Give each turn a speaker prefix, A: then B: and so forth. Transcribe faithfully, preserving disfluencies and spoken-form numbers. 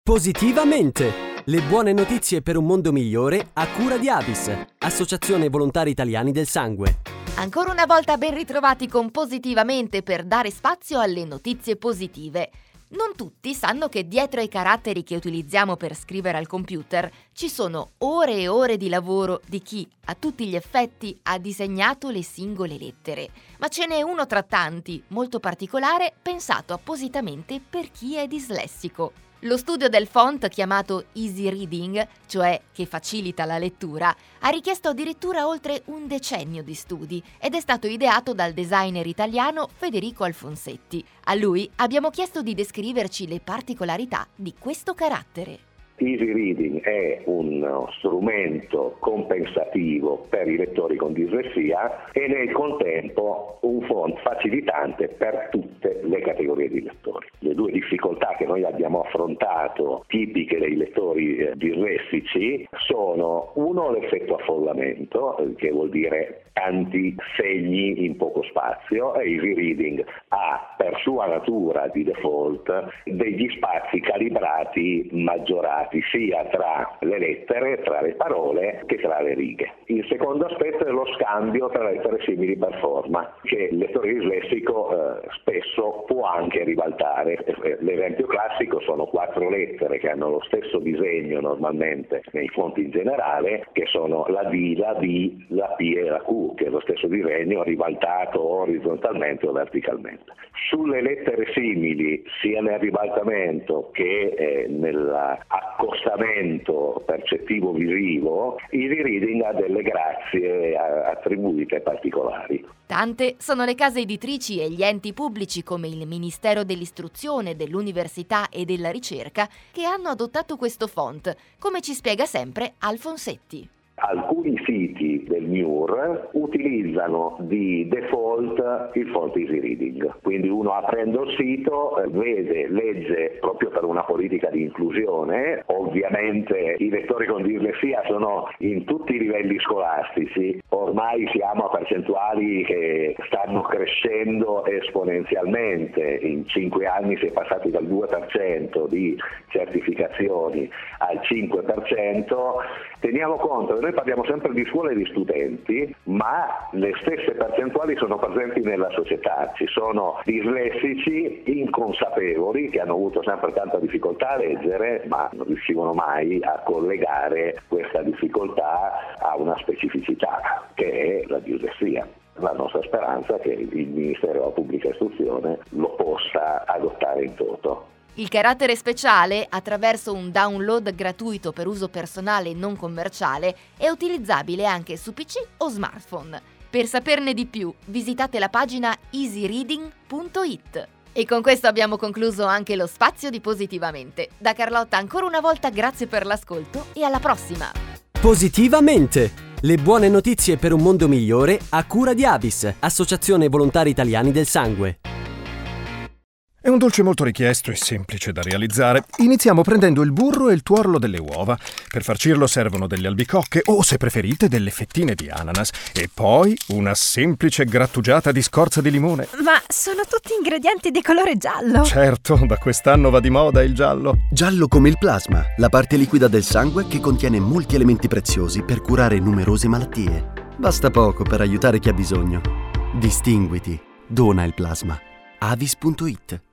A: Positivamente! Le buone notizie per un mondo migliore a cura di Avis, Associazione Volontari Italiani del Sangue.
B: Ancora una volta ben ritrovati con Positivamente per dare spazio alle notizie positive. Non tutti sanno che dietro ai caratteri che utilizziamo per scrivere al computer ci sono ore e ore di lavoro di chi, a tutti gli effetti, ha disegnato le singole lettere. Ma ce n'è uno tra tanti, molto particolare, pensato appositamente per chi è dislessico. Lo studio del font chiamato Easy Reading, cioè che facilita la lettura, ha richiesto addirittura oltre un decennio di studi ed è stato ideato dal designer italiano Federico Alfonsetti. A lui abbiamo chiesto di descriverci le particolarità di questo carattere.
C: Easy Reading è uno strumento compensativo per i lettori con dislessia e nel contempo un font facilitante per tutte le categorie di lettori. Le due difficoltà che noi abbiamo affrontato, tipiche dei lettori eh, dislessici, sono uno l'effetto affollamento, eh, che vuol dire tanti segni in poco spazio, e Easy Reading ha per sua natura di default degli spazi calibrati maggiorati sia tra le lettere, tra le parole che tra le righe. Il secondo aspetto è lo scambio tra lettere simili per forma, che il lettore dislessico eh, spesso può anche ribaltare. L'esempio classico sono quattro lettere che hanno lo stesso disegno normalmente nei fonti in generale, che sono la D, la B, la P e la Q, che è lo stesso disegno ribaltato orizzontalmente o verticalmente. Sulle lettere simili, sia nel ribaltamento che eh, nell'accostamento percettivo visivo, Easy Reading ha delle grazie attribuite particolari.
B: Tante sono le case editrici e gli enti pubblici come il Ministero dell'Istruzione, dell'Università e della Ricerca che hanno adottato questo font, come ci spiega sempre Alfonsetti.
C: Alcuni siti del M I U R utilizzano di default il font Easy Reading, quindi uno aprendo il sito vede, legge proprio per una politica di inclusione. Ovviamente i lettori con dislessia sono in tutti i livelli scolastici, ormai siamo a percentuali che stanno crescendo esponenzialmente. In cinque anni si è passati dal due per cento di certificazioni al cinque per cento. Teniamo conto che noi parliamo sempre di scuole e di studenti, ma le stesse percentuali sono presenti nella società. Ci sono dislessici inconsapevoli che hanno avuto sempre tanta difficoltà a leggere, ma non riuscivano mai a collegare questa difficoltà a una specificità che è la dislessia. La nostra speranza è che il Ministero della Pubblica Istruzione lo possa adottare in toto.
B: Il carattere speciale, attraverso un download gratuito per uso personale e non commerciale, è utilizzabile anche su P C o smartphone. Per saperne di più, visitate la pagina easy reading punto it. E con questo abbiamo concluso anche lo spazio di Positivamente. Da Carlotta ancora una volta grazie per l'ascolto e alla prossima!
A: Positivamente! Le buone notizie per un mondo migliore a cura di Avis, Associazione Volontari Italiani del Sangue.
D: È un dolce molto richiesto e semplice da realizzare. Iniziamo prendendo il burro e il tuorlo delle uova. Per farcirlo servono delle albicocche o, se preferite, delle fettine di ananas. E poi una semplice grattugiata di scorza di limone.
E: Ma sono tutti ingredienti di colore giallo.
D: Certo, da quest'anno va di moda il giallo.
F: Giallo come il plasma, la parte liquida del sangue che contiene molti elementi preziosi per curare numerose malattie. Basta poco per aiutare chi ha bisogno. Distinguiti. Dona il plasma. avis punto it